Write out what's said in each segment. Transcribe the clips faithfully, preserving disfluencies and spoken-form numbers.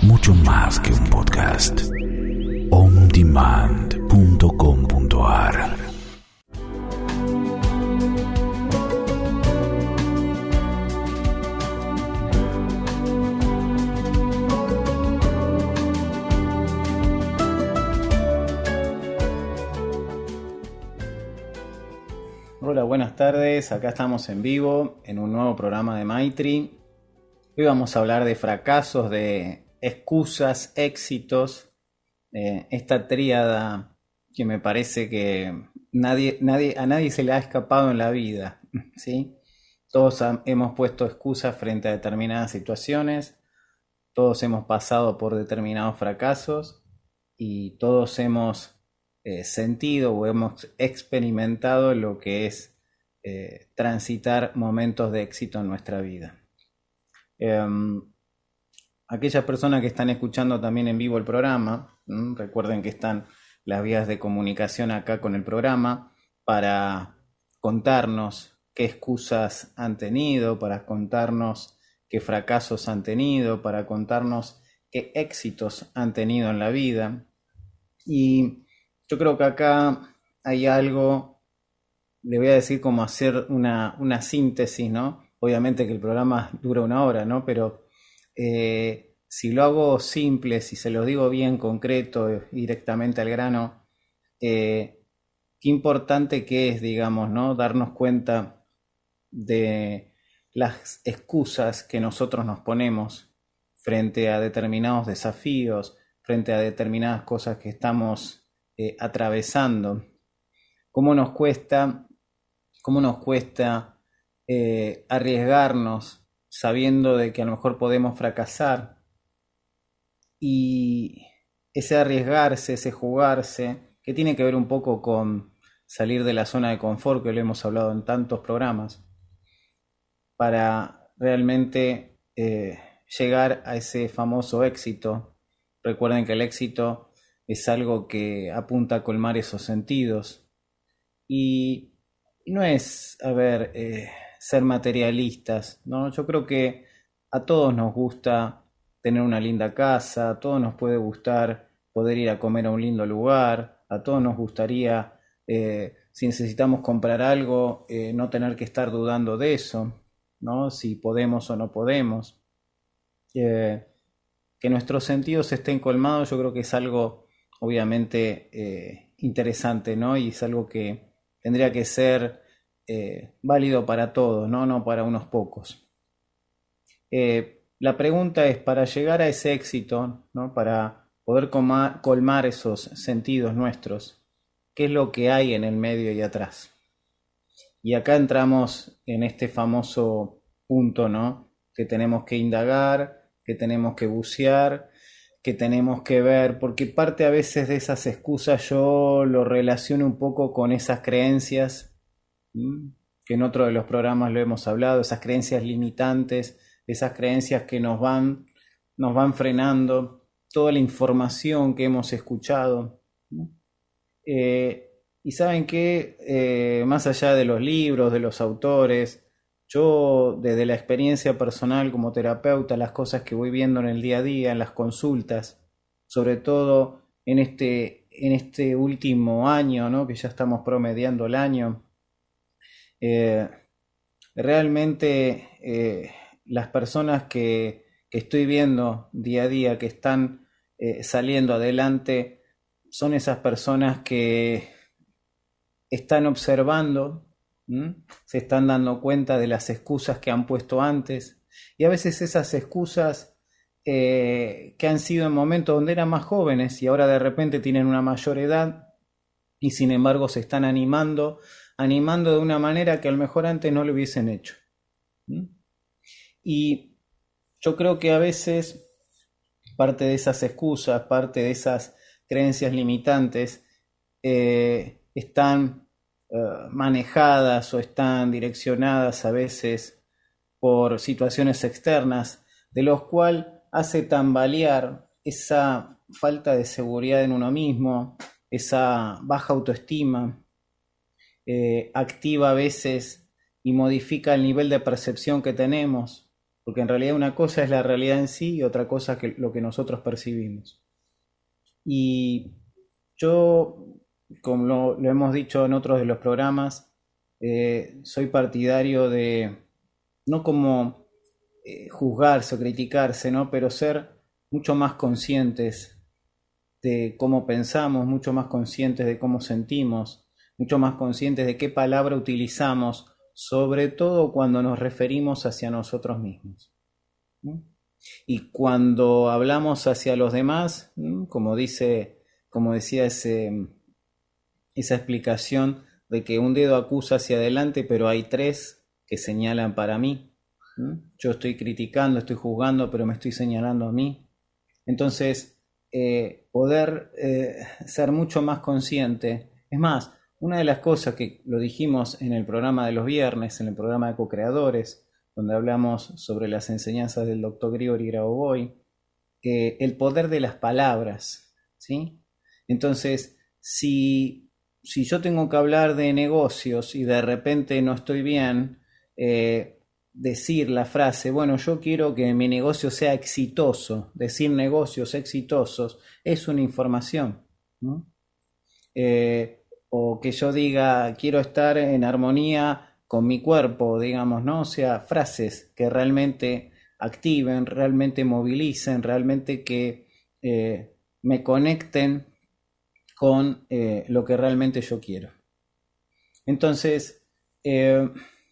mucho más que un podcast. on demand punto com punto a r. Hola, buenas tardes. Acá estamos en vivo en un nuevo programa de Maitri. Hoy vamos a hablar de fracasos, de excusas, éxitos, eh, esta tríada que me parece que nadie, nadie, a nadie se le ha escapado en la vida, ¿sí? Todos ha, hemos puesto excusas frente a determinadas situaciones, todos hemos pasado por determinados fracasos y todos hemos eh, sentido o hemos experimentado lo que es eh, transitar momentos de éxito en nuestra vida. Eh, aquellas personas que están escuchando también en vivo el programa, ¿m? Recuerden que están las vías de comunicación acá con el programa para contarnos qué excusas han tenido, para contarnos qué fracasos han tenido, para contarnos qué éxitos han tenido en la vida. Y yo creo que acá hay algo, le voy a decir como hacer una, una síntesis, ¿no? Obviamente que el programa dura una hora, ¿no? Pero eh, si lo hago simple, si se lo digo bien concreto, directamente al grano, eh, qué importante que es, digamos, ¿no? Darnos cuenta de las excusas que nosotros nos ponemos frente a determinados desafíos, frente a determinadas cosas que estamos eh, atravesando. ¿Cómo nos cuesta, cómo nos cuesta Eh, arriesgarnos sabiendo de que a lo mejor podemos fracasar? Y ese arriesgarse, ese jugarse, que tiene que ver un poco con salir de la zona de confort, que lo hemos hablado en tantos programas, para realmente eh, llegar a ese famoso éxito. Recuerden que el éxito es algo que apunta a colmar esos sentidos y no es, a ver, eh, ser materialistas, ¿no? Yo creo que a todos nos gusta tener una linda casa, a todos nos puede gustar poder ir a comer a un lindo lugar, a todos nos gustaría, eh, si necesitamos comprar algo, eh, no tener que estar dudando de eso, ¿no? Si podemos o no podemos. Eh, que nuestros sentidos estén colmados, yo creo que es algo obviamente eh, interesante, ¿no? Y es algo que tendría que ser Eh, válido para todos, ¿no? No para unos pocos. Eh, la pregunta es, para llegar a ese éxito, ¿no? Para poder coma, colmar esos sentidos nuestros, ¿qué es lo que hay en el medio y atrás? Y acá entramos en este famoso punto, ¿no? Que tenemos que indagar, que tenemos que bucear, que tenemos que ver, porque parte a veces de esas excusas yo lo relaciono un poco con esas creencias que en otro de los programas lo hemos hablado, esas creencias limitantes, esas creencias que nos van, nos van frenando, toda la información que hemos escuchado. Eh, y saben que eh, más allá de los libros, de los autores, yo desde la experiencia personal como terapeuta, las cosas que voy viendo en el día a día, en las consultas, sobre todo en este, en este último año, ¿no? Que ya estamos promediando el año, Eh, realmente eh, las personas que, que estoy viendo día a día que están eh, saliendo adelante son esas personas que están observando, ¿m? Se están dando cuenta de las excusas que han puesto antes y a veces esas excusas eh, que han sido en momentos donde eran más jóvenes y ahora de repente tienen una mayor edad y sin embargo se están animando animando de una manera que a lo mejor antes no lo hubiesen hecho. ¿Mm? Y yo creo que a veces parte de esas excusas, parte de esas creencias limitantes eh, están eh, manejadas o están direccionadas a veces por situaciones externas, de los cuales hace tambalear esa falta de seguridad en uno mismo, esa baja autoestima. Eh, activa a veces y modifica el nivel de percepción que tenemos, porque en realidad una cosa es la realidad en sí y otra cosa es que, lo que nosotros percibimos. Y yo, como lo, lo hemos dicho en otros de los programas, eh, soy partidario de, no como eh, juzgarse o criticarse, ¿no? Pero ser mucho más conscientes de cómo pensamos, mucho más conscientes de cómo sentimos, mucho más conscientes de qué palabra utilizamos, sobre todo cuando nos referimos hacia nosotros mismos, ¿no? Y cuando hablamos hacia los demás, ¿no? como dice, como decía ese, esa explicación de que un dedo acusa hacia adelante, pero hay tres que señalan para mí. ¿No? Yo estoy criticando, estoy juzgando, pero me estoy señalando a mí. Entonces, eh, poder eh, ser mucho más consciente. Es más, una de las cosas que lo dijimos en el programa de los viernes, en el programa de co-creadores, donde hablamos sobre las enseñanzas del doctor Grigori Grabovoi, eh, el poder de las palabras, ¿sí? Entonces, si, si yo tengo que hablar de negocios y de repente no estoy bien, eh, decir la frase, bueno, yo quiero que mi negocio sea exitoso, decir negocios exitosos, es una información, ¿no? Eh, o que yo diga, quiero estar en armonía con mi cuerpo, digamos, ¿no? O sea, frases que realmente activen, realmente movilicen, realmente que eh, me conecten con eh, lo que realmente yo quiero. Entonces, eh,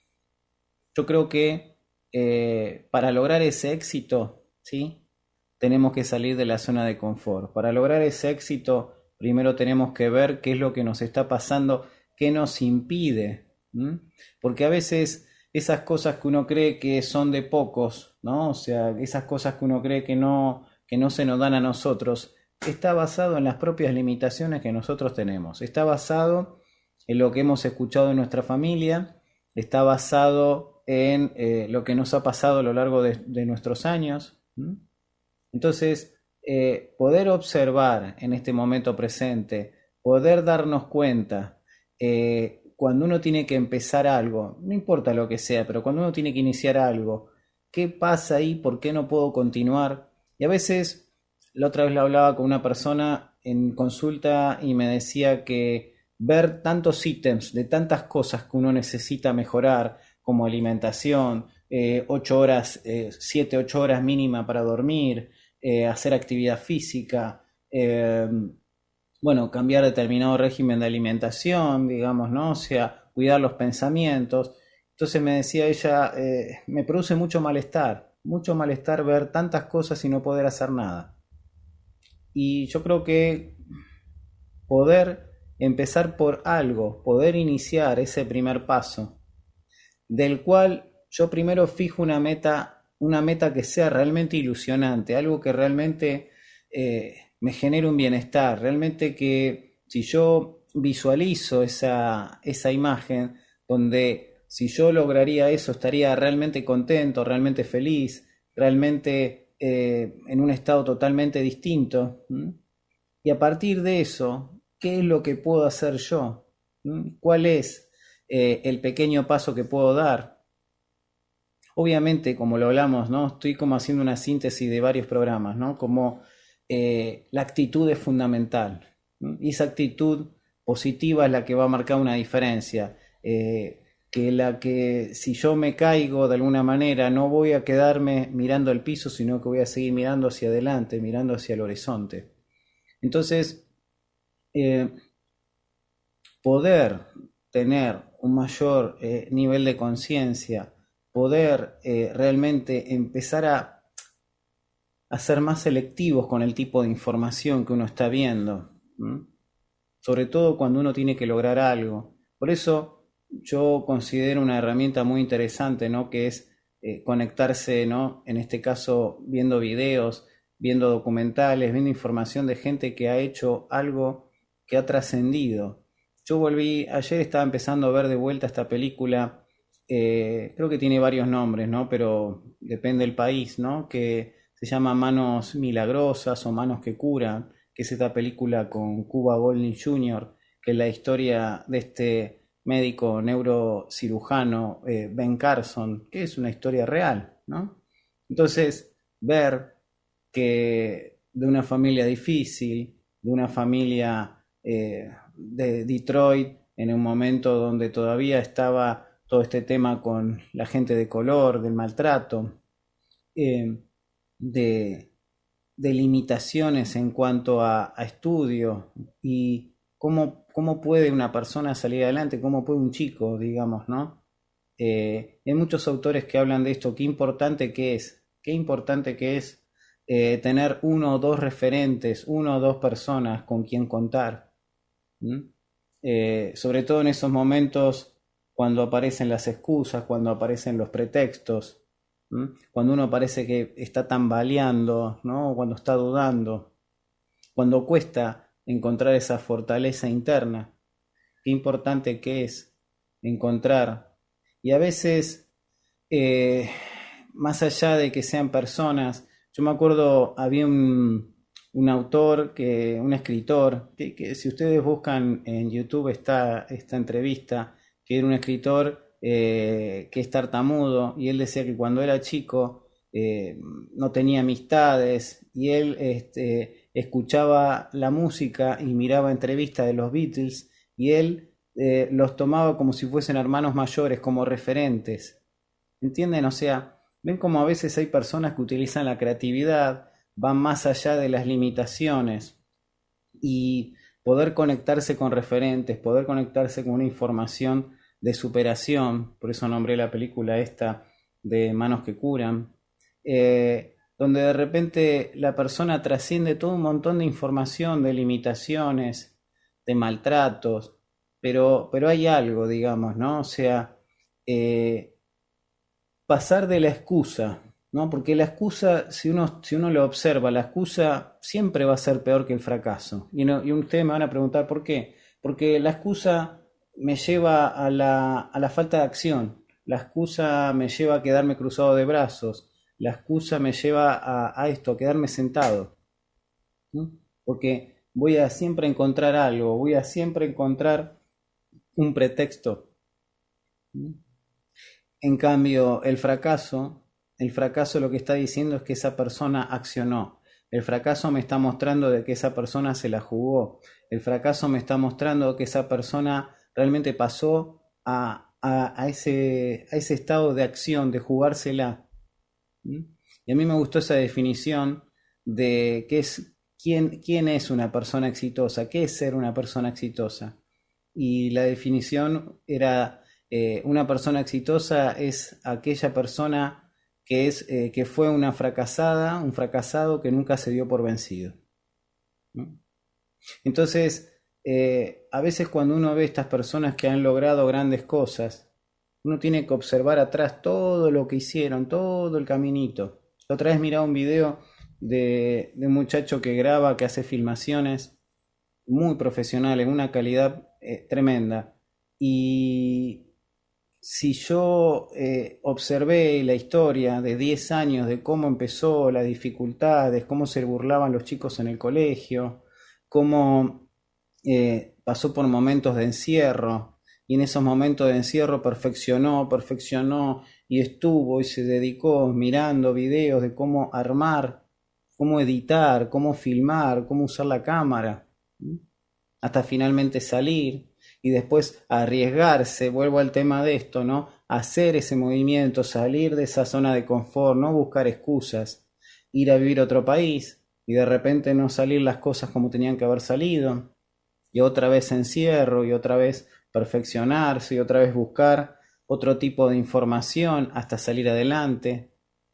yo creo que eh, para lograr ese éxito, ¿sí? Tenemos que salir de la zona de confort. Para lograr ese éxito, primero tenemos que ver qué es lo que nos está pasando, qué nos impide, ¿m? Porque a veces esas cosas que uno cree que son de pocos, ¿no? O sea, esas cosas que uno cree que no, que no se nos dan a nosotros, está basado en las propias limitaciones que nosotros tenemos. Está basado en lo que hemos escuchado en nuestra familia, está basado en eh, lo que nos ha pasado a lo largo de, de nuestros años. ¿M? Entonces, eh, poder observar en este momento presente, poder darnos cuenta, eh, cuando uno tiene que empezar algo, no importa lo que sea, pero cuando uno tiene que iniciar algo, ¿qué pasa ahí? ¿Por qué no puedo continuar? Y a veces, la otra vez lo hablaba con una persona en consulta y me decía que ver tantos ítems de tantas cosas que uno necesita mejorar, como alimentación, eh, ocho horas, eh, siete, ocho horas mínima para dormir, eh, hacer actividad física, eh, bueno, cambiar determinado régimen de alimentación, digamos, ¿no? O sea, cuidar los pensamientos. Entonces me decía ella, eh, me produce mucho malestar, mucho malestar ver tantas cosas y no poder hacer nada. Y yo creo que poder empezar por algo, poder iniciar ese primer paso, del cual yo primero fijo una meta, una meta que sea realmente ilusionante, algo que realmente eh, me genere un bienestar, realmente que si yo visualizo esa, esa imagen donde si yo lograría eso estaría realmente contento, realmente feliz, realmente eh, en un estado totalmente distinto. ¿Mm? Y a partir de eso, ¿qué es lo que puedo hacer yo? ¿Mm? ¿Cuál es eh, el pequeño paso que puedo dar? Obviamente, como lo hablamos, ¿no? Estoy como haciendo una síntesis de varios programas, ¿no? Como eh, la actitud es fundamental, ¿no? Y esa actitud positiva es la que va a marcar una diferencia. Eh, que la que si yo me caigo de alguna manera no voy a quedarme mirando el piso, sino que voy a seguir mirando hacia adelante, mirando hacia el horizonte. Entonces, eh, poder tener un mayor eh, nivel de conciencia, poder eh, realmente empezar a, a ser más selectivos con el tipo de información que uno está viendo, ¿m? Sobre todo cuando uno tiene que lograr algo. Por eso yo considero una herramienta muy interesante, ¿no? Que es eh, conectarse, ¿no? En este caso viendo videos, viendo documentales, viendo información de gente que ha hecho algo que ha trascendido. Yo volví, ayer estaba empezando a ver de vuelta esta película, eh, creo que tiene varios nombres, ¿no? Pero depende del país, ¿no? Que se llama Manos Milagrosas o Manos que Curan, que es esta película con Cuba Gooding junior, que es la historia de este médico neurocirujano, eh, Ben Carson, que es una historia real, ¿no? Entonces, ver que de una familia difícil, de una familia eh, de Detroit, en un momento donde todavía estaba todo este tema con la gente de color, del maltrato, eh, de, de limitaciones en cuanto a, a estudio y cómo, cómo puede una persona salir adelante, cómo puede un chico, digamos, ¿no? Eh, hay muchos autores que hablan de esto, qué importante que es, qué importante que es eh, tener uno o dos referentes, uno o dos personas con quien contar. ¿Mm? Eh, sobre todo en esos momentos cuando aparecen las excusas, cuando aparecen los pretextos, ¿Mm? Cuando uno parece que está tambaleando, ¿no? Cuando está dudando, cuando cuesta encontrar esa fortaleza interna. Qué importante que es encontrar. Y a veces, eh, más allá de que sean personas, yo me acuerdo, había un, un autor, que, un escritor, que, que si ustedes buscan en YouTube está esta entrevista, que era un escritor eh, que es tartamudo, y él decía que cuando era chico eh, no tenía amistades, y él este, escuchaba la música y miraba entrevistas de los Beatles, y él eh, los tomaba como si fuesen hermanos mayores, como referentes. ¿Entienden? O sea, ven como a veces hay personas que utilizan la creatividad, van más allá de las limitaciones y poder conectarse con referentes, poder conectarse con una información de superación, por eso nombré la película esta de Manos que Curan, eh, donde de repente la persona trasciende todo un montón de información, de limitaciones, de maltratos, pero, pero hay algo, digamos, ¿no? O sea, eh, pasar de la excusa, ¿no? Porque la excusa, si uno, si uno lo observa, la excusa siempre va a ser peor que el fracaso. Y, no, y ustedes me van a preguntar por qué. Porque la excusa me lleva a la, a la falta de acción. La excusa me lleva a quedarme cruzado de brazos. La excusa me lleva a, a esto, a quedarme sentado. ¿No? Porque voy a siempre encontrar algo, voy a siempre encontrar un pretexto. ¿No? En cambio, el fracaso, el fracaso lo que está diciendo es que esa persona accionó. El fracaso me está mostrando de que esa persona se la jugó. El fracaso me está mostrando que esa persona realmente pasó a, a, a ese, a ese estado de acción, de jugársela. ¿Mm? Y a mí me gustó esa definición de qué es, quién, quién es una persona exitosa, qué es ser una persona exitosa. Y la definición era eh, una persona exitosa es aquella persona que, es, eh, que fue una fracasada, un fracasado que nunca se dio por vencido. ¿No? Entonces, eh, a veces cuando uno ve estas personas que han logrado grandes cosas, uno tiene que observar atrás todo lo que hicieron, todo el caminito. La otra vez miraba un video de, de un muchacho que graba, que hace filmaciones muy profesional, en una calidad eh, tremenda. Y si yo eh, observé la historia de diez años de cómo empezó, las dificultades, cómo se burlaban los chicos en el colegio, cómo eh, pasó por momentos de encierro, y en esos momentos de encierro perfeccionó, perfeccionó y estuvo y se dedicó mirando videos de cómo armar, cómo editar, cómo filmar, cómo usar la cámara, hasta finalmente salir y después arriesgarse, vuelvo al tema de esto, ¿no? Hacer ese movimiento, salir de esa zona de confort, no buscar excusas, ir a vivir a otro país y de repente no salir las cosas como tenían que haber salido, y otra vez encierro, y otra vez perfeccionarse, y otra vez buscar otro tipo de información hasta salir adelante.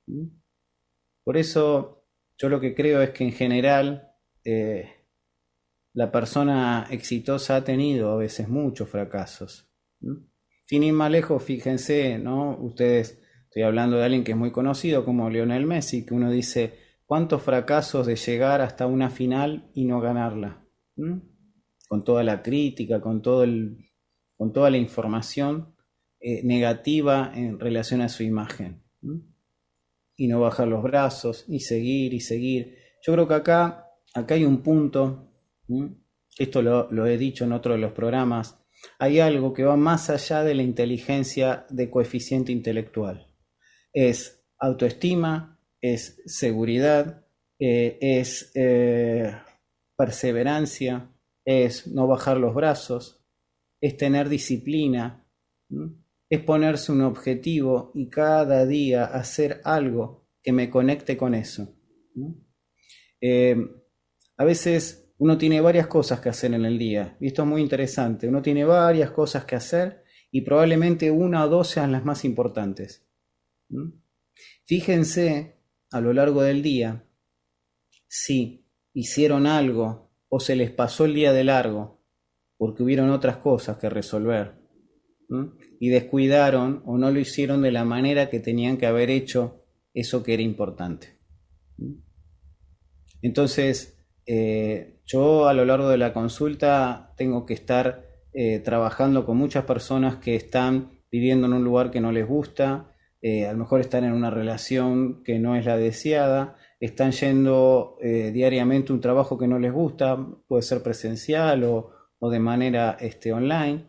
Por eso yo lo que creo es que en general eh, la persona exitosa ha tenido a veces muchos fracasos. ¿No? Sin ir más lejos, fíjense, ¿no? Ustedes, estoy hablando de alguien que es muy conocido como Lionel Messi, que uno dice, ¿cuántos fracasos de llegar hasta una final y no ganarla? ¿Mm? Con toda la crítica, con, todo el, con toda la información eh, negativa en relación a su imagen. ¿Mm? Y no bajar los brazos, y seguir, y seguir. Yo creo que acá, acá hay un punto, ¿Mm? Esto lo, lo he dicho en otro de los programas, hay algo que va más allá de la inteligencia de coeficiente intelectual. Es autoestima, es seguridad, eh, es eh, perseverancia, es no bajar los brazos, es tener disciplina, ¿m? Es ponerse un objetivo y cada día hacer algo que me conecte con eso. ¿M? Eh, a veces uno tiene varias cosas que hacer en el día, y esto es muy interesante, uno tiene varias cosas que hacer y probablemente una o dos sean las más importantes. ¿M? Fíjense a lo largo del día si hicieron algo o se les pasó el día de largo porque hubieron otras cosas que resolver, ¿m? Y descuidaron o no lo hicieron de la manera que tenían que haber hecho eso que era importante. ¿M? Entonces, eh, yo a lo largo de la consulta tengo que estar eh, trabajando con muchas personas que están viviendo en un lugar que no les gusta, eh, a lo mejor están en una relación que no es la deseada, están yendo eh, diariamente a un trabajo que no les gusta, puede ser presencial o, o de manera este, online.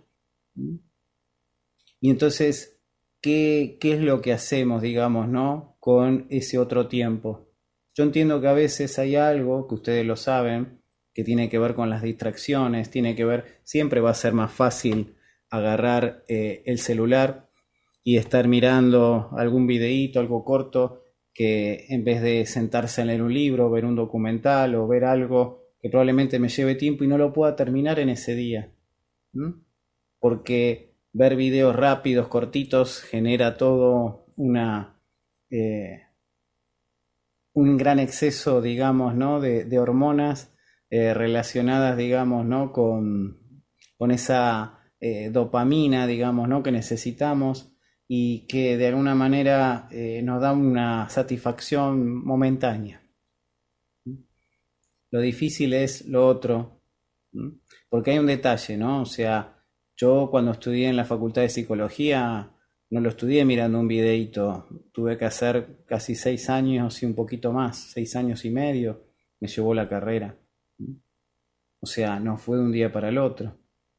Y entonces, ¿qué, qué es lo que hacemos, digamos, ¿no? Con ese otro tiempo? Yo entiendo que a veces hay algo, que ustedes lo saben, que tiene que ver con las distracciones, tiene que ver, siempre va a ser más fácil agarrar eh, el celular y estar mirando algún videíto, algo corto, que en vez de sentarse a leer un libro, ver un documental o ver algo que probablemente me lleve tiempo y no lo pueda terminar en ese día. ¿Mm? Porque ver videos rápidos, cortitos, genera todo una... Eh, un gran exceso, digamos, ¿no? de, de hormonas eh, relacionadas, digamos, ¿no? con, con esa eh, dopamina, digamos, ¿no? que necesitamos y que de alguna manera eh, nos da una satisfacción momentánea. Lo difícil es lo otro, ¿m? Porque hay un detalle, ¿no? O sea, yo cuando estudié en la Facultad de Psicología no lo estudié mirando un videíto, tuve que hacer casi seis años y un poquito más, seis años y medio, me llevó la carrera. O sea, no fue de un día para el otro.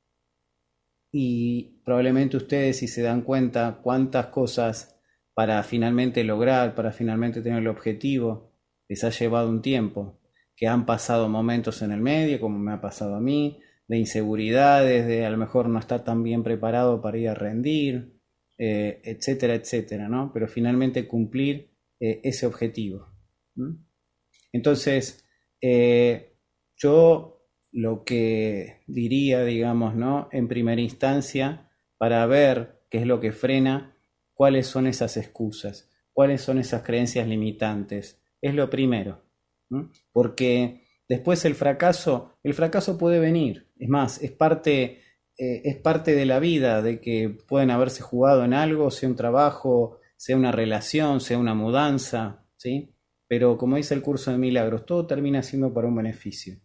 Y probablemente ustedes, si se dan cuenta cuántas cosas para finalmente lograr, para finalmente tener el objetivo, les ha llevado un tiempo, que han pasado momentos en el medio, como me ha pasado a mí, de inseguridades, de a lo mejor no estar tan bien preparado para ir a rendir, eh, etcétera, etcétera, ¿no? Pero finalmente cumplir eh, ese objetivo. ¿Mm? Entonces, eh, yo lo que diría, digamos, ¿no? En primera instancia, para ver qué es lo que frena, cuáles son esas excusas, cuáles son esas creencias limitantes, es lo primero. ¿Mm? Porque después el fracaso, el fracaso puede venir, es más, es parte, eh, es parte de la vida, de que pueden haberse jugado en algo, sea un trabajo, sea una relación, sea una mudanza, ¿sí? Pero como dice el curso de milagros, todo termina siendo para un beneficio.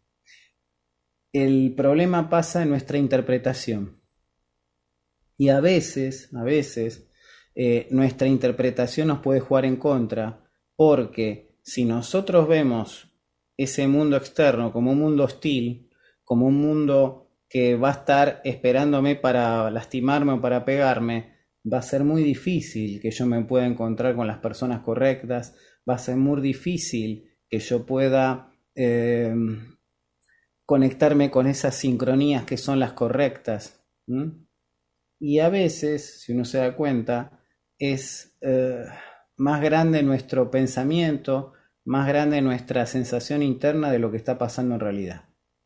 El problema pasa en nuestra interpretación. Y a veces, a veces, eh, nuestra interpretación nos puede jugar en contra, porque si nosotros vemos ese mundo externo como un mundo hostil, como un mundo que va a estar esperándome para lastimarme o para pegarme, va a ser muy difícil que yo me pueda encontrar con las personas correctas, va a ser muy difícil que yo pueda eh, conectarme con esas sincronías que son las correctas. ¿Mm? Y a veces, si uno se da cuenta, es eh, más grande nuestro pensamiento, más grande nuestra sensación interna de lo que está pasando en realidad.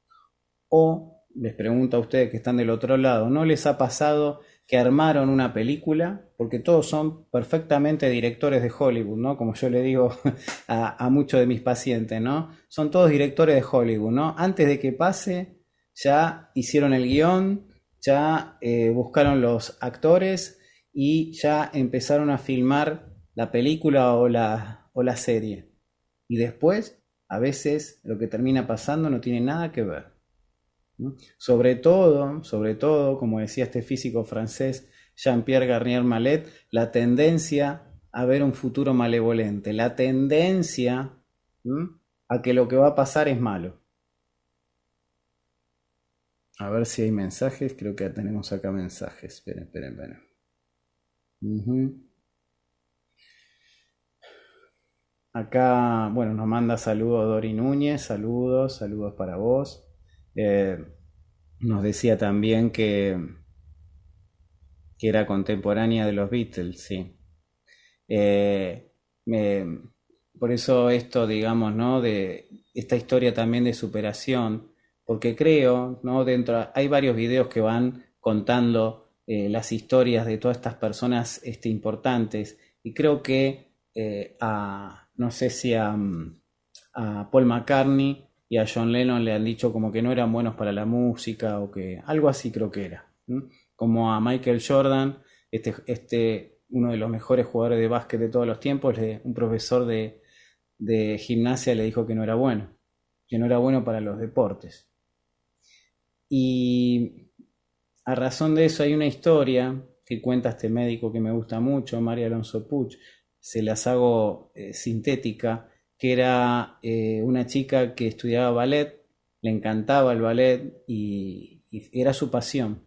O, les pregunto a ustedes que están del otro lado, ¿no les ha pasado que armaron una película? Porque todos son perfectamente directores de Hollywood, ¿no? Como yo le digo a, a muchos de mis pacientes, ¿no? Son todos directores de Hollywood, ¿no? Antes de que pase, ya hicieron el guión, ya eh, buscaron los actores y ya empezaron a filmar la película o la, o la serie. Y después, a veces, lo que termina pasando no tiene nada que ver. ¿No? Sobre todo, sobre todo, como decía este físico francés Jean-Pierre Garnier Mallet, la tendencia a ver un futuro malevolente, la tendencia ¿m? a que lo que va a pasar es malo. A ver si hay mensajes, creo que tenemos acá mensajes. Esperen, esperen, esperen. Uh-huh. acá, bueno, nos manda saludos Dori Núñez, saludos, saludos para vos. Eh, nos decía también que, que era contemporánea de los Beatles, sí. Eh, me- por eso esto, digamos, ¿no? De esta historia también de superación, porque creo, ¿no? Dentro, hay varios videos que van contando eh, las historias de todas estas personas este, importantes, y creo que eh, a, no sé si a, mm, a Paul McCartney y a John Lennon le han dicho como que no eran buenos para la música o que algo así creo que era. ¿M? Como a Michael Jordan, este, este uno de los mejores jugadores de básquet de todos los tiempos, le- un profesor de, de gimnasia le dijo que no era bueno, que no era bueno para los deportes. Y a razón de eso hay una historia que cuenta este médico que me gusta mucho, María Alonso Puig, se las hago eh, sintética, que era eh, una chica que estudiaba ballet, le encantaba el ballet y, y era su pasión.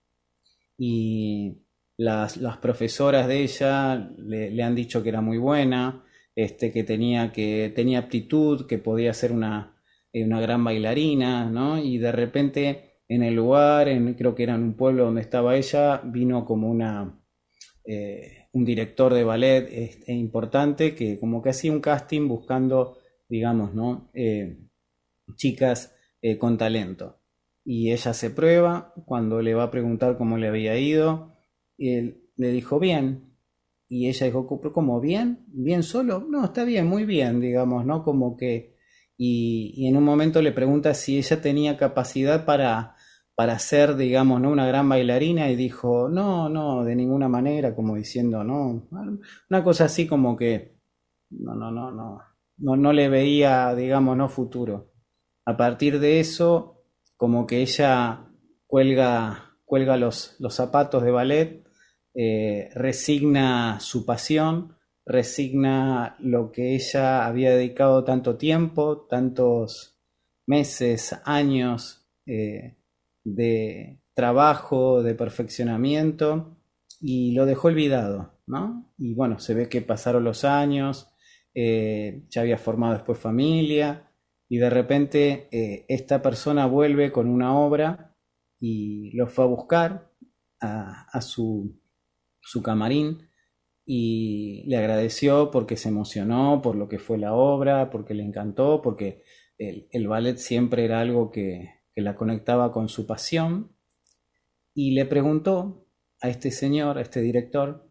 Y las, las profesoras de ella le, le han dicho que era muy buena, este, que tenía, que tenía aptitud, que podía ser una, eh, una gran bailarina, ¿no? Y de repente en el lugar, en, creo que era en un pueblo donde estaba ella, vino como una, eh, un director de ballet este, importante que como que hacía un casting buscando, digamos, ¿no? Eh, chicas eh, con talento. Y ella se prueba, cuando le va a preguntar cómo le había ido, él le dijo bien, y ella dijo, ¿cómo bien? ¿Bien solo? No, está bien, muy bien, digamos, ¿no? Como que, y, y en un momento le pregunta si ella tenía capacidad para, para ser, digamos, ¿no? Una gran bailarina, y dijo, no, no, de ninguna manera, como diciendo, no, una cosa así como que, no, no, no, no, no, no le veía, digamos, no futuro. A partir de eso, como que ella cuelga, cuelga los, los zapatos de ballet, eh, resigna su pasión, resigna lo que ella había dedicado tanto tiempo, tantos meses, años eh, de trabajo, de perfeccionamiento, y lo dejó olvidado, ¿no? Y bueno, se ve que pasaron los años, eh, ya había formado después familia, y de repente eh, esta persona vuelve con una obra y lo fue a buscar a, a su, su camarín, y le agradeció porque se emocionó por lo que fue la obra, porque le encantó, porque el, el ballet siempre era algo que, que la conectaba con su pasión, y le preguntó a este señor, a este director,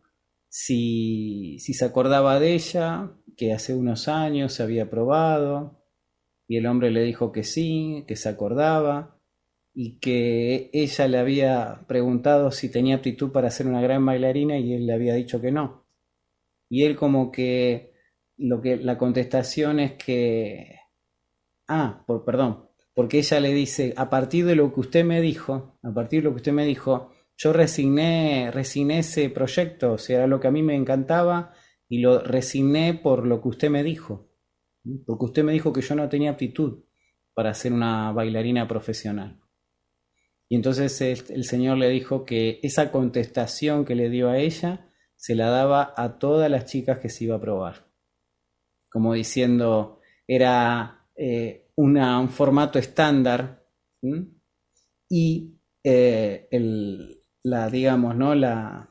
si, si se acordaba de ella, que hace unos años se había probado, y el hombre le dijo que sí, que se acordaba, y que ella le había preguntado si tenía aptitud para ser una gran bailarina, y él le había dicho que no. Y él como que lo que la contestación es que ah, por perdón, porque ella le dice, a partir de lo que usted me dijo, a partir de lo que usted me dijo, yo resigné, resigné ese proyecto, o sea, era lo que a mí me encantaba, y lo resigné por lo que usted me dijo, porque usted me dijo que yo no tenía aptitud para ser una bailarina profesional. Y entonces el, el señor le dijo que esa contestación que le dio a ella se la daba a todas las chicas que se iba a probar, como diciendo, era eh, una, un formato estándar. ¿M? Y eh, el, la, digamos, ¿no? La,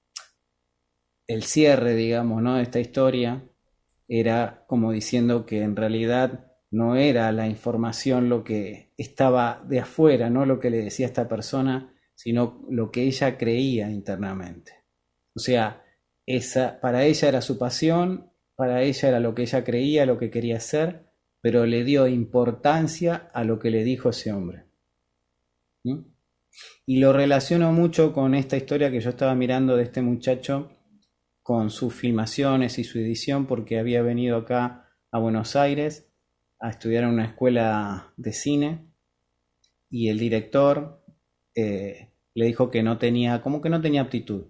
el cierre, digamos, ¿no? De esta historia era como diciendo que en realidad no era la información lo que estaba de afuera, no lo que le decía esta persona, sino lo que ella creía internamente. O sea, esa, para ella era su pasión, para ella era lo que ella creía, lo que quería hacer, pero le dio importancia a lo que le dijo ese hombre. ¿Mm? Y lo relaciono mucho con esta historia que yo estaba mirando de este muchacho, con sus filmaciones y su edición, porque había venido acá a Buenos Aires a estudiar en una escuela de cine, y el director eh, le dijo que no tenía, como que no tenía aptitud.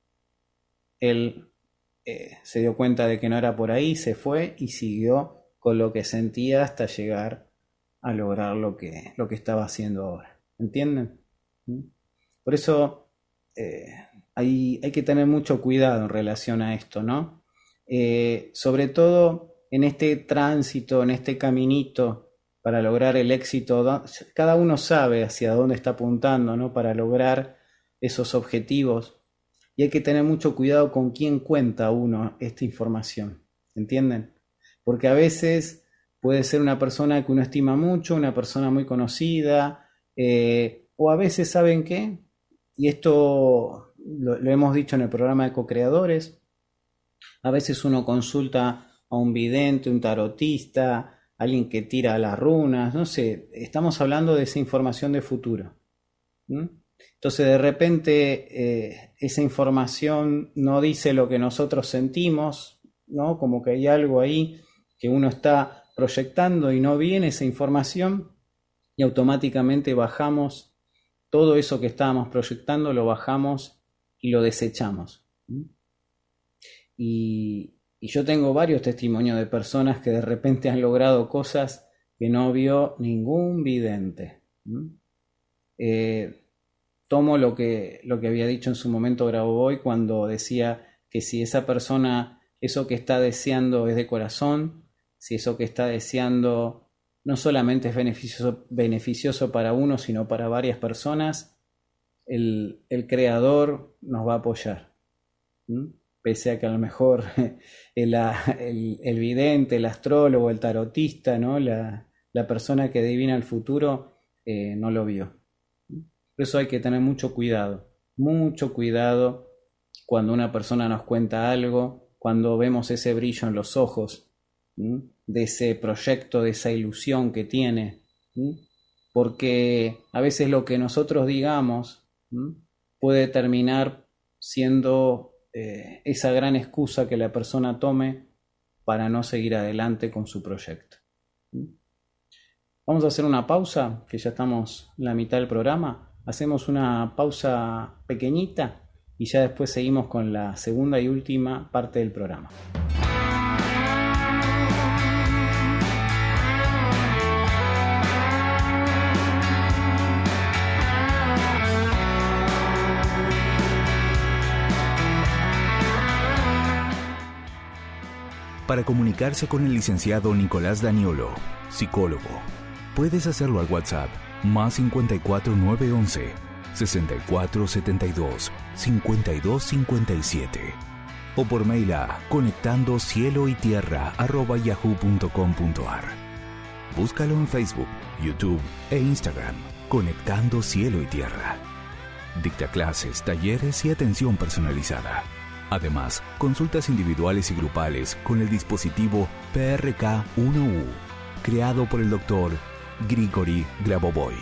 Él eh, se dio cuenta de que no era por ahí, se fue y siguió con lo que sentía hasta llegar a lograr lo que, lo que estaba haciendo ahora. ¿Entienden? ¿Mm? Por eso eh, hay, hay que tener mucho cuidado en relación a esto, ¿no? Eh, sobre todo en este tránsito, en este caminito para lograr el éxito, cada uno sabe hacia dónde está apuntando, ¿no? Para lograr esos objetivos. Y hay que tener mucho cuidado con quién cuenta uno esta información, ¿entienden? Porque a veces puede ser una persona que uno estima mucho, una persona muy conocida, eh, o a veces, ¿saben qué? Y esto lo, lo hemos dicho en el programa de co-creadores, a veces uno consulta a un vidente, un tarotista, alguien que tira las runas, no sé, estamos hablando de esa información de futuro. ¿Mm? Entonces de repente eh, esa información no dice lo que nosotros sentimos, ¿no? Como que hay algo ahí que uno está proyectando y no viene esa información y automáticamente bajamos todo eso que estábamos proyectando, lo bajamos y lo desechamos. ¿Mm? Y, y yo tengo varios testimonios de personas que de repente han logrado cosas que no vio ningún vidente. ¿Mm? Eh, tomo lo que, lo que había dicho en su momento Grabovoi cuando decía que si esa persona, eso que está deseando es de corazón, si eso que está deseando no solamente es beneficioso, beneficioso para uno, sino para varias personas, el, el creador nos va a apoyar. ¿Mm? Pese a que a lo mejor el, el, el vidente, el astrólogo, el tarotista, ¿no? la, la persona que adivina el futuro eh, no lo vio. Por eso hay que tener mucho cuidado, mucho cuidado cuando una persona nos cuenta algo, cuando vemos ese brillo en los ojos, ¿sí? De ese proyecto, de esa ilusión que tiene, ¿sí? Porque a veces lo que nosotros digamos, ¿sí? Puede terminar siendo eh, esa gran excusa que la persona tome para no seguir adelante con su proyecto. ¿Sí? Vamos a hacer una pausa, que ya estamos en la mitad del programa. Hacemos una pausa pequeñita y ya después seguimos con la segunda y última parte del programa. Para comunicarse con el licenciado Nicolás Daniolo, psicólogo, puedes hacerlo al WhatsApp más cincuenta y cuatro nueve once, sesenta y cuatro setenta y dos, cincuenta y dos cincuenta y siete o por mail a conectando cielo y tierra arroba yahoo punto com punto ar. Búscalo en Facebook, YouTube e Instagram, Conectando Cielo y Tierra. Dicta clases, talleres y atención personalizada. Además, consultas individuales y grupales con el dispositivo P R K uno U, creado por el doctor Grigori Grabovoi.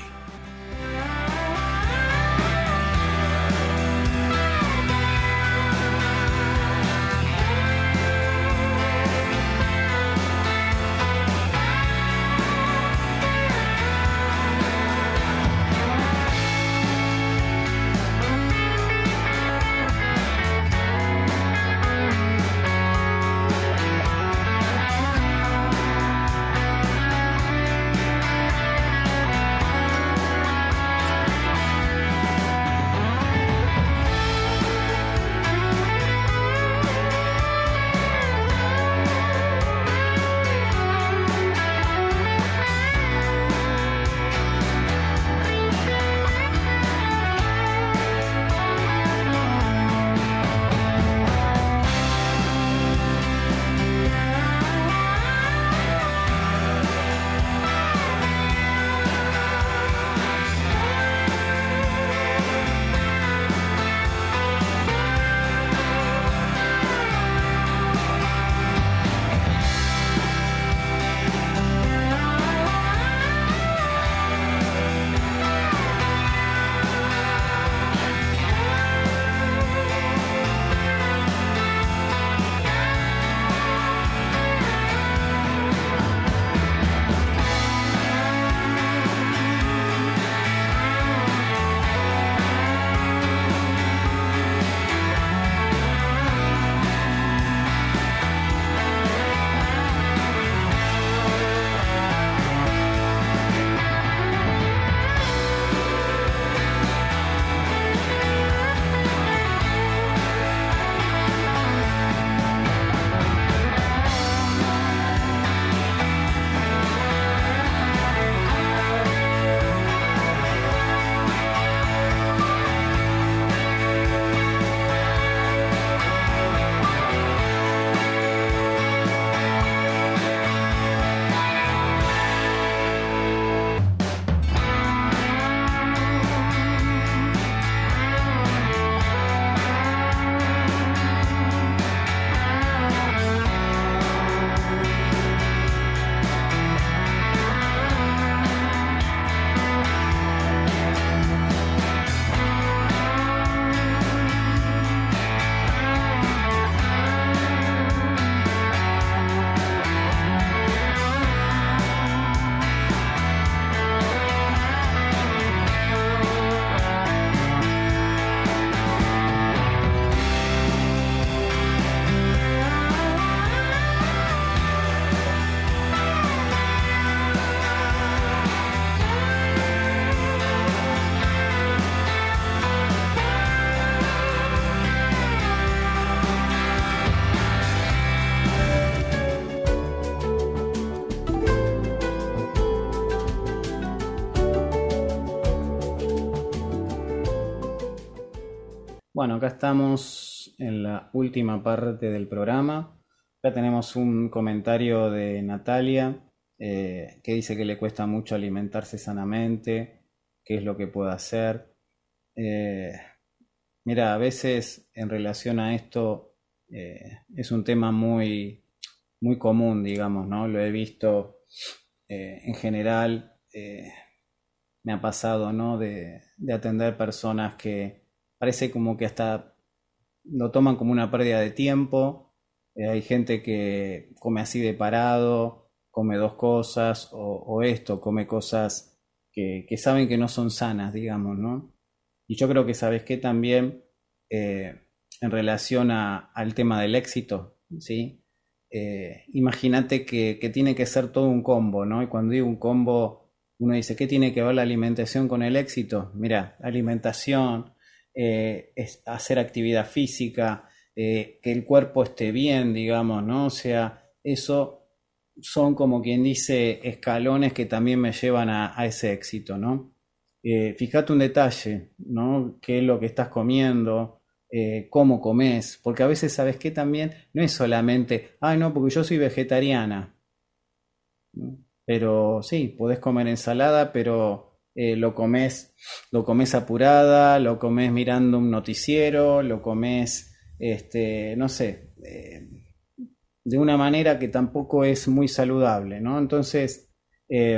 Bueno, acá estamos en la última parte del programa. Acá tenemos un comentario de Natalia eh, que dice que le cuesta mucho alimentarse sanamente, qué es lo que puede hacer. Eh, Mira, a veces en relación a esto eh, es un tema muy, muy común, digamos, ¿no? Lo he visto eh, en general, eh, me ha pasado, ¿no? De, de atender personas que parece como que hasta lo toman como una pérdida de tiempo. Eh, hay gente que come así de parado, come dos cosas, o, o esto, come cosas que, que saben que no son sanas, digamos, ¿no? Y yo creo que sabes que también eh, en relación a- al tema del éxito, ¿sí? Eh, imagínate que, que tiene que ser todo un combo, ¿no? Y cuando digo un combo, uno dice, ¿qué tiene que ver la alimentación con el éxito? Mira, alimentación, eh, es hacer actividad física, eh, que el cuerpo esté bien, digamos, ¿no? O sea, eso son como quien dice escalones que también me llevan a, a ese éxito, ¿no? Eh, fíjate un detalle, ¿no? ¿Qué es lo que estás comiendo? Eh, ¿cómo comes? Porque a veces, ¿sabes qué? También no es solamente, ay, no, porque yo soy vegetariana, ¿no? Pero sí, podés comer ensalada, pero eh, lo comes, lo comes apurada, lo comes mirando un noticiero, lo comes, este, no sé, eh, de una manera que tampoco es muy saludable, ¿no? Entonces, eh,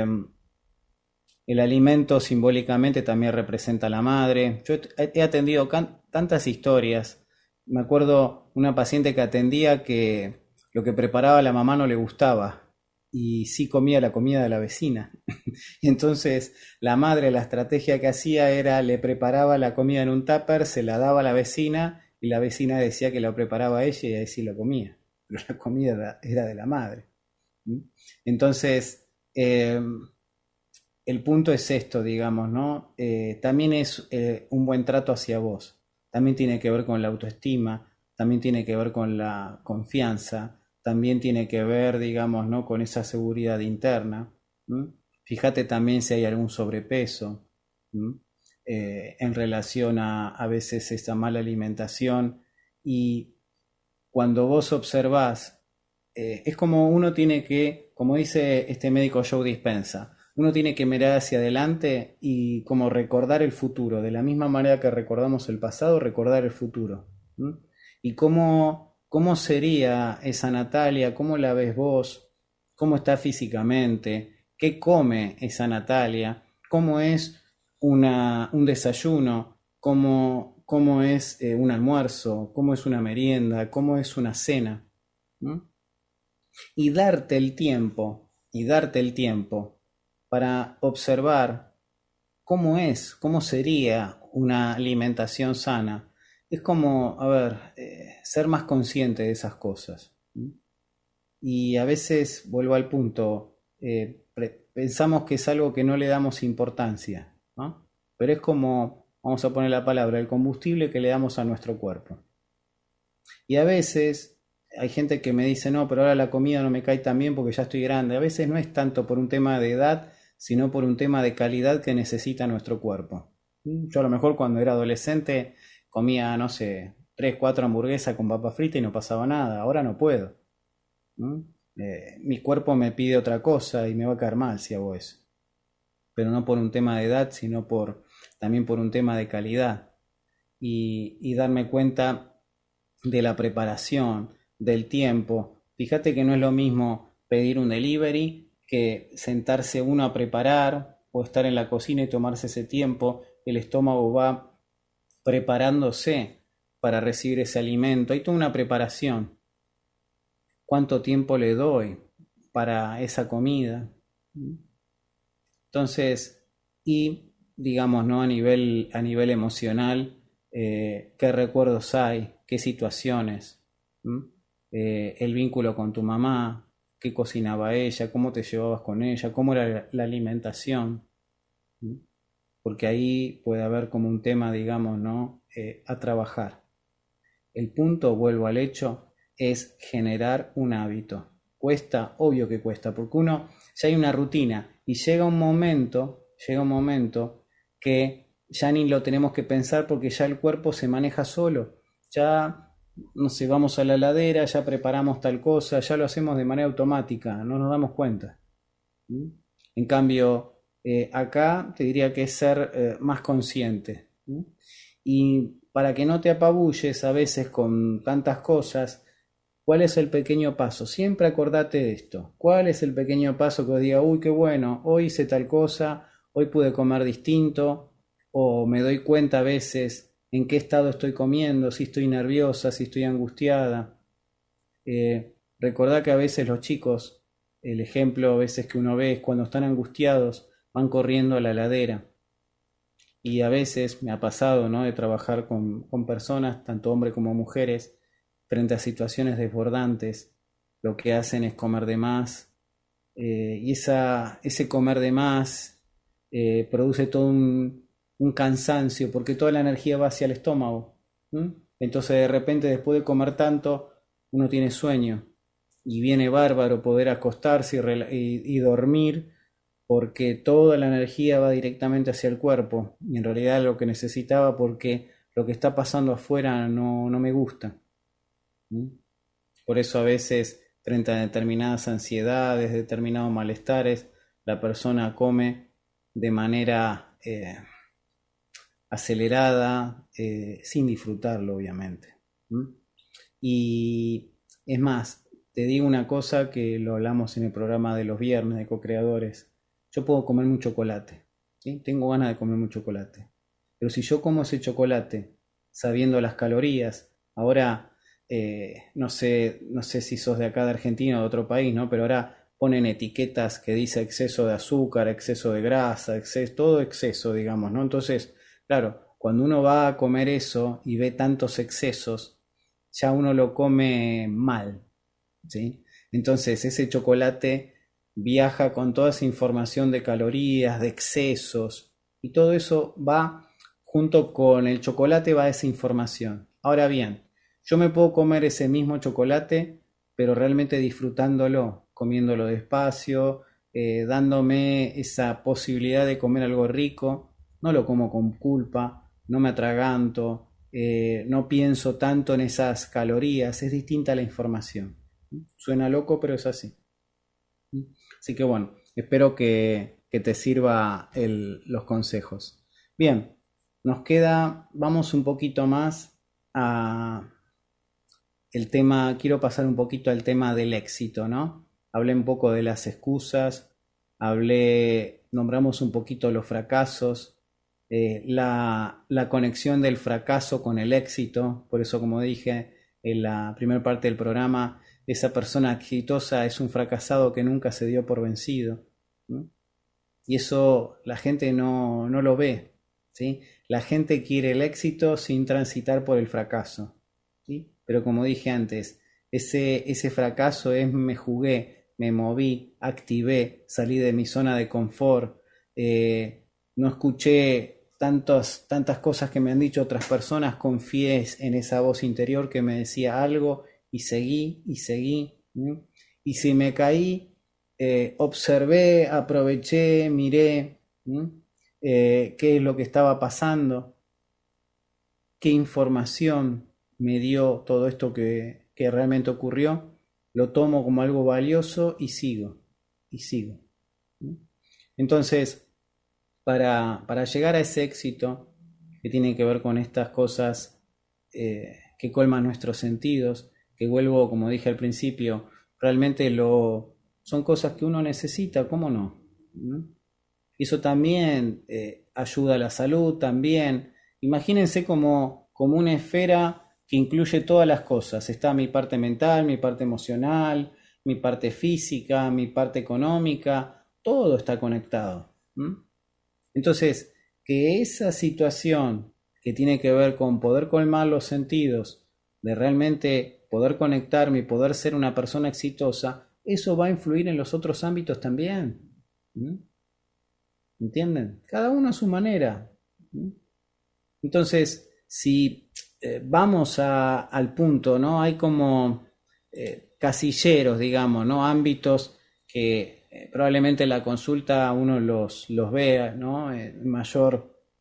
el alimento simbólicamente también representa a la madre. Yo he atendido can- tantas historias. Me acuerdo una paciente que atendía que lo que preparaba la mamá no le gustaba y sí comía la comida de la vecina. Y entonces la madre, la estrategia que hacía era le preparaba la comida en un tupper, se la daba a la vecina y la vecina decía que la preparaba ella y ahí sí la comía. Pero la comida era, era de la madre. ¿Mm? Entonces, eh, el punto es esto, digamos, ¿no? Eh, también es eh, un buen trato hacia vos. También tiene que ver con la autoestima, también tiene que ver con la confianza, también tiene que ver, digamos, ¿no? Con esa seguridad interna. ¿M? Fíjate también si hay algún sobrepeso, ¿m? Eh, en relación a a veces esta mala alimentación. Y cuando vos observás, eh, es como uno tiene que, como dice este médico Joe Dispenza, uno tiene que mirar hacia adelante y como recordar el futuro, de la misma manera que recordamos el pasado, recordar el futuro. ¿M? Y cómo, cómo sería esa Natalia, cómo la ves vos, cómo está físicamente, qué come esa Natalia, cómo es una, un desayuno, cómo, cómo es eh, un almuerzo, cómo es una merienda, cómo es una cena. ¿No? Y darte el tiempo, y darte el tiempo para observar cómo es, cómo sería una alimentación sana. Es como, a ver, eh, ser más consciente de esas cosas. ¿Mm? Y a veces, vuelvo al punto, eh, pensamos que es algo que no le damos importancia, ¿no? Pero es como, vamos a poner la palabra, el combustible que le damos a nuestro cuerpo. Y a veces hay gente que me dice, no, pero ahora la comida no me cae tan bien porque ya estoy grande. A veces no es tanto por un tema de edad, sino por un tema de calidad que necesita nuestro cuerpo. Yo a lo mejor cuando era adolescente comía, no sé, tres, cuatro hamburguesas con papa frita y no pasaba nada. Ahora no puedo. ¿No? Eh, mi cuerpo me pide otra cosa y me va a caer mal si hago eso. Pero no por un tema de edad, sino por también por un tema de calidad. Y, y darme cuenta de la preparación, del tiempo. Fíjate que no es lo mismo pedir un delivery que sentarse uno a preparar o estar en la cocina y tomarse ese tiempo. El estómago va preparándose para recibir ese alimento. Hay toda una preparación. ¿Cuánto tiempo le doy para esa comida? Entonces, y digamos, ¿no? A nivel, a nivel emocional, eh, ¿qué recuerdos hay? ¿Qué situaciones? ¿Mm? Eh, el vínculo con tu mamá, qué cocinaba ella, cómo te llevabas con ella, cómo era la, la alimentación. ¿Mm? Porque ahí puede haber como un tema, digamos, ¿no? Eh, a trabajar. El punto, vuelvo al hecho, es generar un hábito. Cuesta, obvio que cuesta, porque uno ya hay una rutina y llega un momento, llega un momento que ya ni lo tenemos que pensar porque ya el cuerpo se maneja solo. Ya, no sé, vamos a la heladera, ya preparamos tal cosa, ya lo hacemos de manera automática, no nos damos cuenta. ¿Mm? En cambio, eh, acá te diría que es ser eh, más consciente. ¿Mm? Y para que no te apabulles a veces con tantas cosas, ¿cuál es el pequeño paso? Siempre acordate de esto. ¿Cuál es el pequeño paso que os diga, uy, qué bueno, hoy hice tal cosa, hoy pude comer distinto, o me doy cuenta a veces en qué estado estoy comiendo, si estoy nerviosa, si estoy angustiada? Eh, recordá que a veces los chicos, el ejemplo a veces que uno ve es cuando están angustiados, van corriendo a la heladera. Y a veces me ha pasado, ¿no?, de trabajar con, con personas, tanto hombres como mujeres, frente a situaciones desbordantes. Lo que hacen es comer de más. Eh, y esa, ese comer de más eh, produce todo un, un cansancio, porque toda la energía va hacia el estómago. ¿Mm? Entonces de repente después de comer tanto, uno tiene sueño. Y viene bárbaro poder acostarse y, rela- y- y dormir, porque toda la energía va directamente hacia el cuerpo. Y en realidad lo que necesitaba, porque lo que está pasando afuera no, no me gusta. ¿Mm? Por eso a veces, frente a determinadas ansiedades, determinados malestares, la persona come de manera eh, acelerada, eh, sin disfrutarlo, obviamente. ¿Mm? Y es más, te digo una cosa que lo hablamos en el programa de los viernes de co-creadores. Yo puedo comer un chocolate, ¿sí? Tengo ganas de comer un chocolate. Pero si yo como ese chocolate sabiendo las calorías, ahora eh, no sé, no sé si sos de acá de Argentina o de otro país, ¿no? Pero ahora ponen etiquetas que dice exceso de azúcar, exceso de grasa, exceso, todo exceso, digamos, ¿no? Entonces, claro, cuando uno va a comer eso y ve tantos excesos, ya uno lo come mal, ¿sí? Entonces ese chocolate viaja con toda esa información de calorías, de excesos, y todo eso va junto con el chocolate, va esa información. Ahora bien, yo me puedo comer ese mismo chocolate, pero realmente disfrutándolo, comiéndolo despacio, eh, dándome esa posibilidad de comer algo rico, no lo como con culpa, no me atraganto, eh, no pienso tanto en esas calorías, es distinta la información. Suena loco, pero es así. Así que bueno, espero que, que te sirva el, los consejos. Bien, nos queda, vamos un poquito más a el tema, quiero pasar un poquito al tema del éxito, ¿no? Hablé un poco de las excusas, hablé, nombramos un poquito los fracasos, eh, la, la conexión del fracaso con el éxito. Por eso, como dije en la primera parte del programa, esa persona exitosa es un fracasado que nunca se dio por vencido, ¿no? Y eso la gente no, no lo ve, ¿sí? La gente quiere el éxito sin transitar por el fracaso, ¿sí? Pero como dije antes, ese, ese fracaso es me jugué, me moví, activé, salí de mi zona de confort, eh, no escuché tantos, tantas cosas que me han dicho otras personas, confié en esa voz interior que me decía algo y seguí y seguí. ¿Sí? Y si me caí, eh, observé, aproveché, miré, eh, qué es lo que estaba pasando, qué información me dio todo esto que, que realmente ocurrió, lo tomo como algo valioso y sigo, y sigo. Entonces, para, para llegar a ese éxito que tiene que ver con estas cosas eh, que colman nuestros sentidos, que vuelvo, como dije al principio, realmente lo, son cosas que uno necesita, ¿cómo no? ¿Mm? Eso también eh, ayuda a la salud, también. Imagínense como, como una esfera que incluye todas las cosas. Está mi parte mental, mi parte emocional, mi parte física, mi parte económica, todo está conectado. ¿Mm? Entonces, que esa situación que tiene que ver con poder colmar los sentidos, de realmente poder conectarme y poder ser una persona exitosa, eso va a influir en los otros ámbitos también. ¿Mm? ¿Entienden? Cada uno a su manera. ¿Mm? Entonces, si eh, vamos a, al punto, ¿no? Hay como eh, casilleros, digamos, ¿no? Ámbitos que eh, probablemente en la consulta uno los, los vea, ¿no? En mayor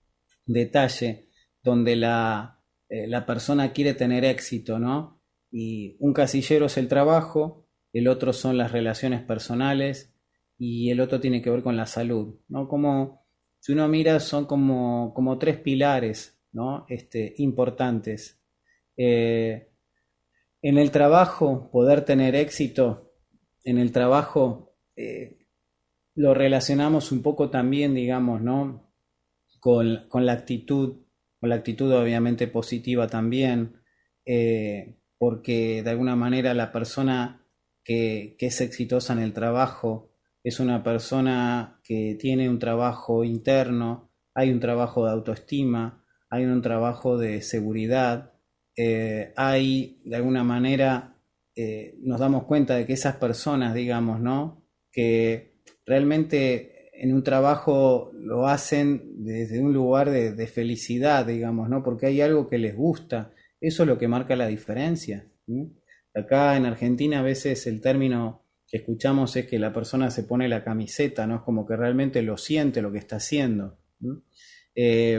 detalle donde la, eh, la persona quiere tener éxito, ¿no? Y un casillero es el trabajo, el otro son las relaciones personales y el otro tiene que ver con la salud, ¿no? Como, si uno mira, son como, como tres pilares, ¿no? Este, importantes. Eh, en el trabajo, poder tener éxito, en el trabajo eh, lo relacionamos un poco también, digamos, ¿no? Con, con la actitud, con la actitud obviamente positiva también, eh, porque de alguna manera la persona que, que es exitosa en el trabajo es una persona que tiene un trabajo interno, hay un trabajo de autoestima, hay un trabajo de seguridad, eh, hay de alguna manera, eh, nos damos cuenta de que esas personas, digamos, ¿no? Que realmente en un trabajo lo hacen desde un lugar de, de felicidad, digamos, ¿no? Porque hay algo que les gusta. Eso es lo que marca la diferencia. ¿Sí? Acá en Argentina a veces el término que escuchamos es que la persona se pone la camiseta, ¿no? Es como que realmente lo siente lo que está haciendo. ¿Sí? Eh,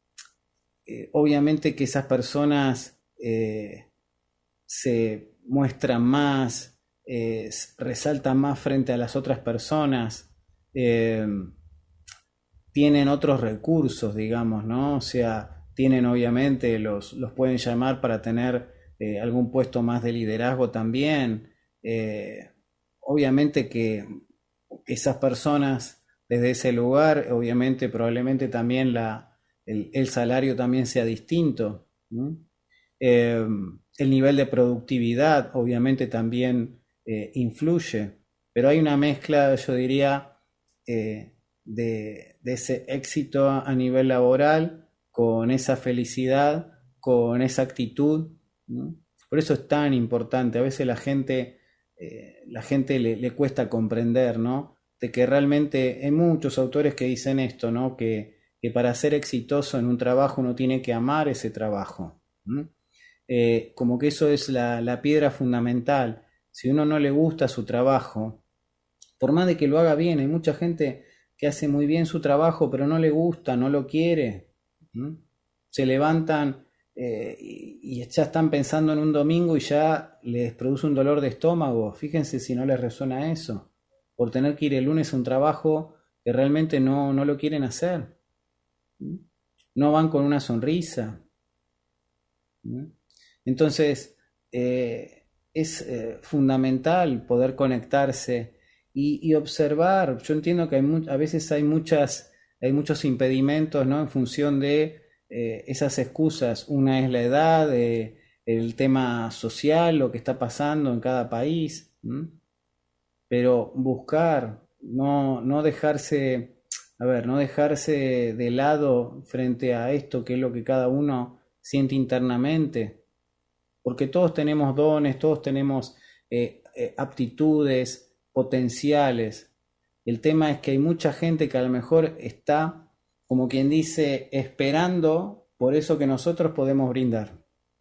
eh, obviamente que esas personas eh, se muestran más, eh, resaltan más frente a las otras personas, eh, tienen otros recursos, digamos, ¿no? O sea, tienen obviamente, los, los pueden llamar para tener eh, algún puesto más de liderazgo también. Eh, obviamente que esas personas desde ese lugar, obviamente probablemente también la, el, el salario también sea distinto, ¿no? Eh, el nivel de productividad obviamente también eh, influye, pero hay una mezcla, yo diría, eh, de, de ese éxito a, a nivel laboral con esa felicidad, con esa actitud, ¿no? Por eso es tan importante. A veces la gente, eh, la gente le, le cuesta comprender, ¿no? De que realmente hay muchos autores que dicen esto, ¿no? Que, que para ser exitoso en un trabajo uno tiene que amar ese trabajo, ¿no? Eh, como que eso es la, la piedra fundamental. Si uno no le gusta su trabajo, por más de que lo haga bien, hay mucha gente que hace muy bien su trabajo, pero no le gusta, no lo quiere. ¿Mm? Se levantan eh, y, y ya están pensando en un domingo y ya les produce un dolor de estómago. Fíjense si no les resuena eso, por tener que ir el lunes a un trabajo que realmente no, no lo quieren hacer. ¿Mm? No van con una sonrisa. ¿Mm? Entonces, eh, es eh, fundamental poder conectarse y, y observar. Yo entiendo que hay mu- a veces hay muchas, hay muchos impedimentos, ¿no? En función de eh, esas excusas. Una es la edad, eh, el tema social, lo que está pasando en cada país, ¿m? Pero buscar, no, no dejarse, a ver, no dejarse de lado frente a esto que es lo que cada uno siente internamente, porque todos tenemos dones, todos tenemos eh, eh, aptitudes, potenciales. El tema es que hay mucha gente que a lo mejor está, como quien dice, esperando por eso que nosotros podemos brindar.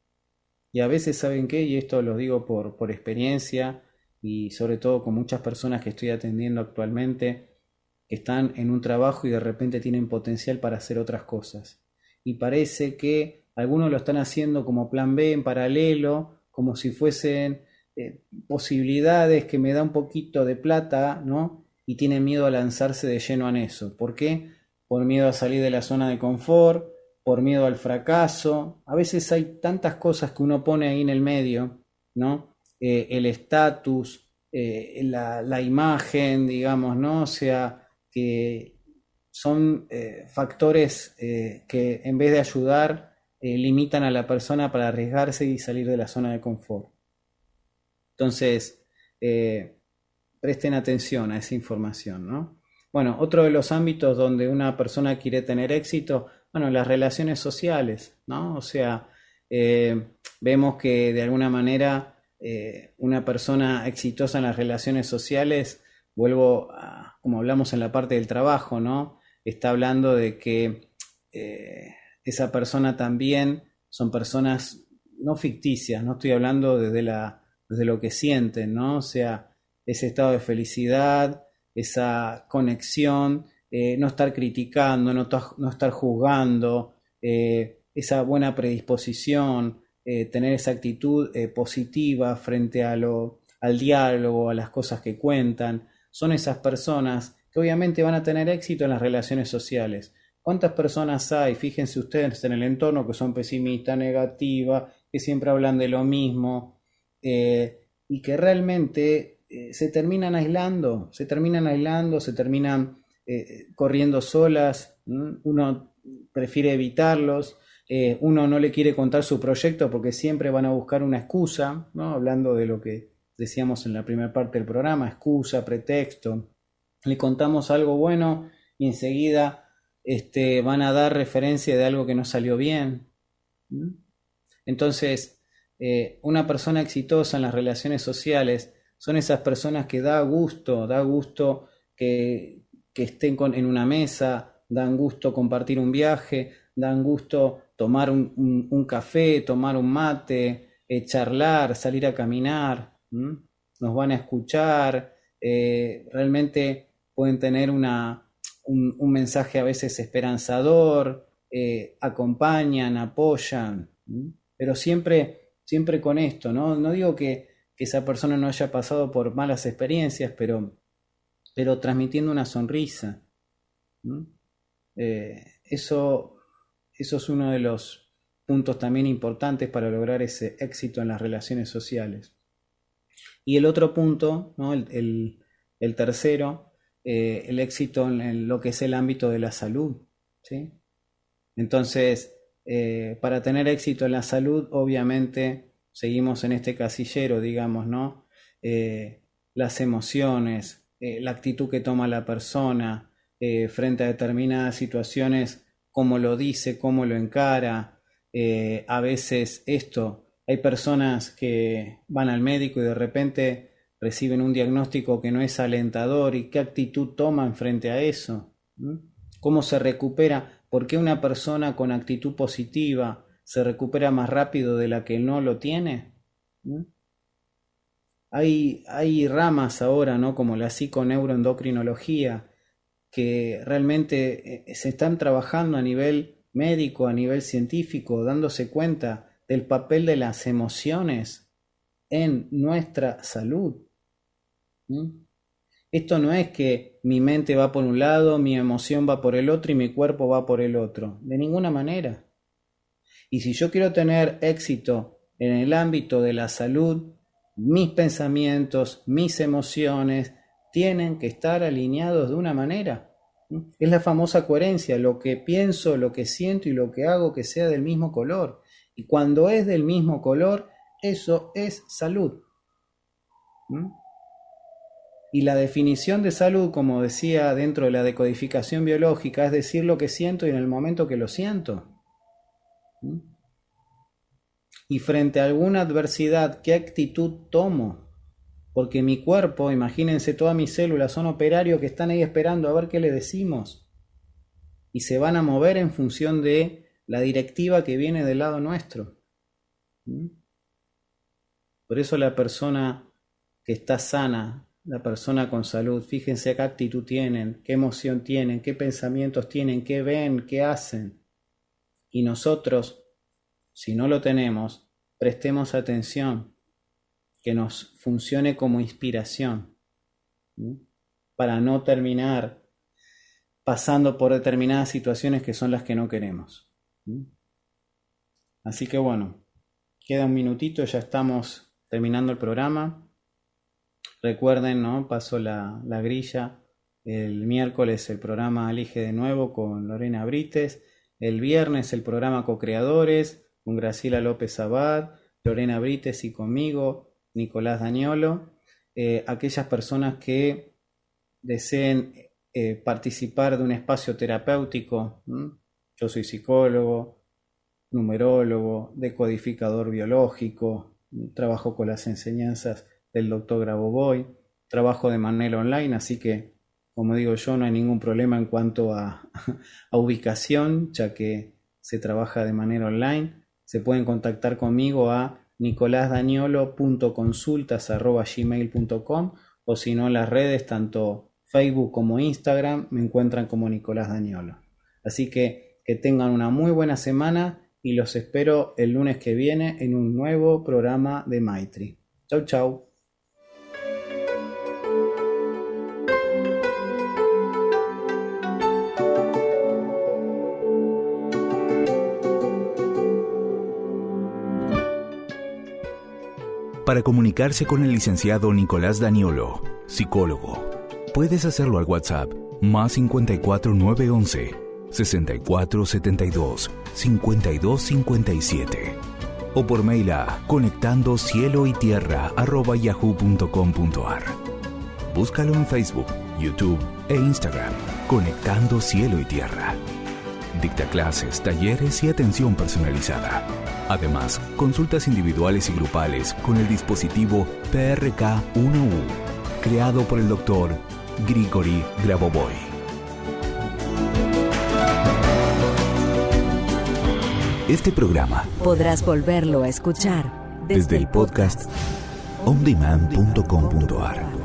Y a veces, ¿saben qué? Y esto lo digo por, por experiencia y sobre todo con muchas personas que estoy atendiendo actualmente, que están en un trabajo y de repente tienen potencial para hacer otras cosas. Y parece que algunos lo están haciendo como plan B en paralelo, como si fuesen eh, posibilidades que me da un poquito de plata, ¿no? Y tienen miedo a lanzarse de lleno en eso. ¿Por qué? Por miedo a salir de la zona de confort, por miedo al fracaso. A veces hay tantas cosas que uno pone ahí en el medio, ¿no? Eh, el estatus, eh, la, la imagen, digamos, ¿no? O sea, que son eh, factores eh, que en vez de ayudar, eh, limitan a la persona para arriesgarse y salir de la zona de confort. Entonces, eh, presten atención a esa información, ¿no? Bueno, otro de los ámbitos donde una persona quiere tener éxito, bueno, las relaciones sociales, ¿no? O sea, eh, vemos que de alguna manera eh, una persona exitosa en las relaciones sociales, vuelvo a, como hablamos en la parte del trabajo, ¿no? Está hablando de que eh, esa persona también son personas no ficticias, no estoy hablando desde la, desde lo que sienten, ¿no? O sea, ese estado de felicidad, esa conexión eh, no estar criticando, no, no estar juzgando, eh, esa buena predisposición, eh, tener esa actitud eh, positiva frente a lo, al diálogo, a las cosas que cuentan. Son esas personas que obviamente van a tener éxito en las relaciones sociales. ¿Cuántas personas hay, fíjense ustedes, en el entorno que son pesimistas, negativas, que siempre hablan de lo mismo eh, y que realmente eh, se terminan aislando, se terminan aislando, se terminan eh, corriendo solas? ¿Mm? Uno prefiere evitarlos, eh, uno no le quiere contar su proyecto porque siempre van a buscar una excusa, ¿no? Hablando de lo que decíamos en la primera parte del programa, excusa, pretexto. Le contamos algo bueno y enseguida Este, van a dar referencia de algo que no salió bien. ¿Mm? Entonces, eh, una persona exitosa en las relaciones sociales son esas personas que da gusto, da gusto que, que estén con, en una mesa, dan gusto compartir un viaje, dan gusto tomar un, un, un café, tomar un mate, eh, charlar, salir a caminar. ¿Mm? Nos van a escuchar, eh, realmente pueden tener una Un, un mensaje a veces esperanzador, eh, acompañan, apoyan, ¿sí? Pero siempre, siempre con esto, ¿no? No digo que, que esa persona no haya pasado por malas experiencias, pero, pero transmitiendo una sonrisa. ¿Sí? Eh, eso, eso es uno de los puntos también importantes para lograr ese éxito en las relaciones sociales. Y el otro punto, ¿no? el, el, el tercero, Eh, el éxito en, en lo que es el ámbito de la salud, ¿sí? Entonces, eh, para tener éxito en la salud, obviamente, seguimos en este casillero, digamos, ¿no? Eh, las emociones, eh, la actitud que toma la persona eh, frente a determinadas situaciones, cómo lo dice, cómo lo encara. Eh, a veces esto, hay personas que van al médico y de repente reciben un diagnóstico que no es alentador, y qué actitud toman frente a eso, ¿Mm? ¿Cómo se recupera? ¿Por qué una persona con actitud positiva se recupera más rápido de la que no lo tiene? ¿Mm? Hay, hay ramas ahora, ¿no? Como la psiconeuroendocrinología, que realmente se están trabajando a nivel médico, a nivel científico, dándose cuenta del papel de las emociones en nuestra salud. ¿Mm? Esto no es que mi mente va por un lado, mi emoción va por el otro y mi cuerpo va por el otro. De ninguna manera. Y si yo quiero tener éxito en el ámbito de la salud, mis pensamientos, mis emociones tienen que estar alineados de una manera. ¿Mm? Es la famosa coherencia, lo que pienso, lo que siento y lo que hago que sea del mismo color. Y cuando es del mismo color, eso es salud. ¿Mm? Y la definición de salud, como decía dentro de la decodificación biológica, es decir lo que siento y en el momento que lo siento. ¿Mm? Y frente a alguna adversidad, ¿qué actitud tomo? Porque mi cuerpo, imagínense, todas mis células son operarios que están ahí esperando a ver qué le decimos. Y se van a mover en función de la directiva que viene del lado nuestro. ¿Mm? Por eso la persona que está sana, la persona con salud, fíjense qué actitud tienen, qué emoción tienen, qué pensamientos tienen, qué ven, qué hacen. Y nosotros, si no lo tenemos, prestemos atención, que nos funcione como inspiración, ¿sí? Para no terminar pasando por determinadas situaciones que son las que no queremos. ¿Sí? Así que bueno, queda un minutito, ya estamos terminando el programa. Recuerden, ¿no? Paso la, la grilla. El miércoles el programa Elige de Nuevo con Lorena Brites. El viernes el programa Co-Creadores con Graciela López Abad, Lorena Brites y conmigo, Nicolás Daniolo. Eh, aquellas personas que deseen eh, participar de un espacio terapéutico, ¿m? Yo soy psicólogo, numerólogo, decodificador biológico, trabajo con las enseñanzas del doctor Grabovoi, trabajo de manera online, así que, como digo yo, no hay ningún problema en cuanto a, a ubicación, ya que se trabaja de manera online. Se pueden contactar conmigo a nicolás daniolo punto consultas arroba gmail punto com o si no en las redes, tanto Facebook como Instagram me encuentran como Nicolás Daniolo. Así que que tengan una muy buena semana y los espero el lunes que viene en un nuevo programa de Maitri. Chau, chau. Para comunicarse con el licenciado Nicolás Daniolo, psicólogo, puedes hacerlo al WhatsApp más cincuenta y cuatro nueve once sesenta y cuatro setenta y dos cincuenta y dos cincuenta y siete o por mail a conectando cielo y tierra arroba yahoo punto com punto ar. Búscalo en Facebook, YouTube e Instagram, Conectando Cielo y Tierra. Dicta clases, talleres y atención personalizada. Además, consultas individuales y grupales con el dispositivo P R K uno U, creado por el doctor Grigori Grabovoi. Este programa podrás volverlo a escuchar desde, desde el podcast on demand punto com punto ar.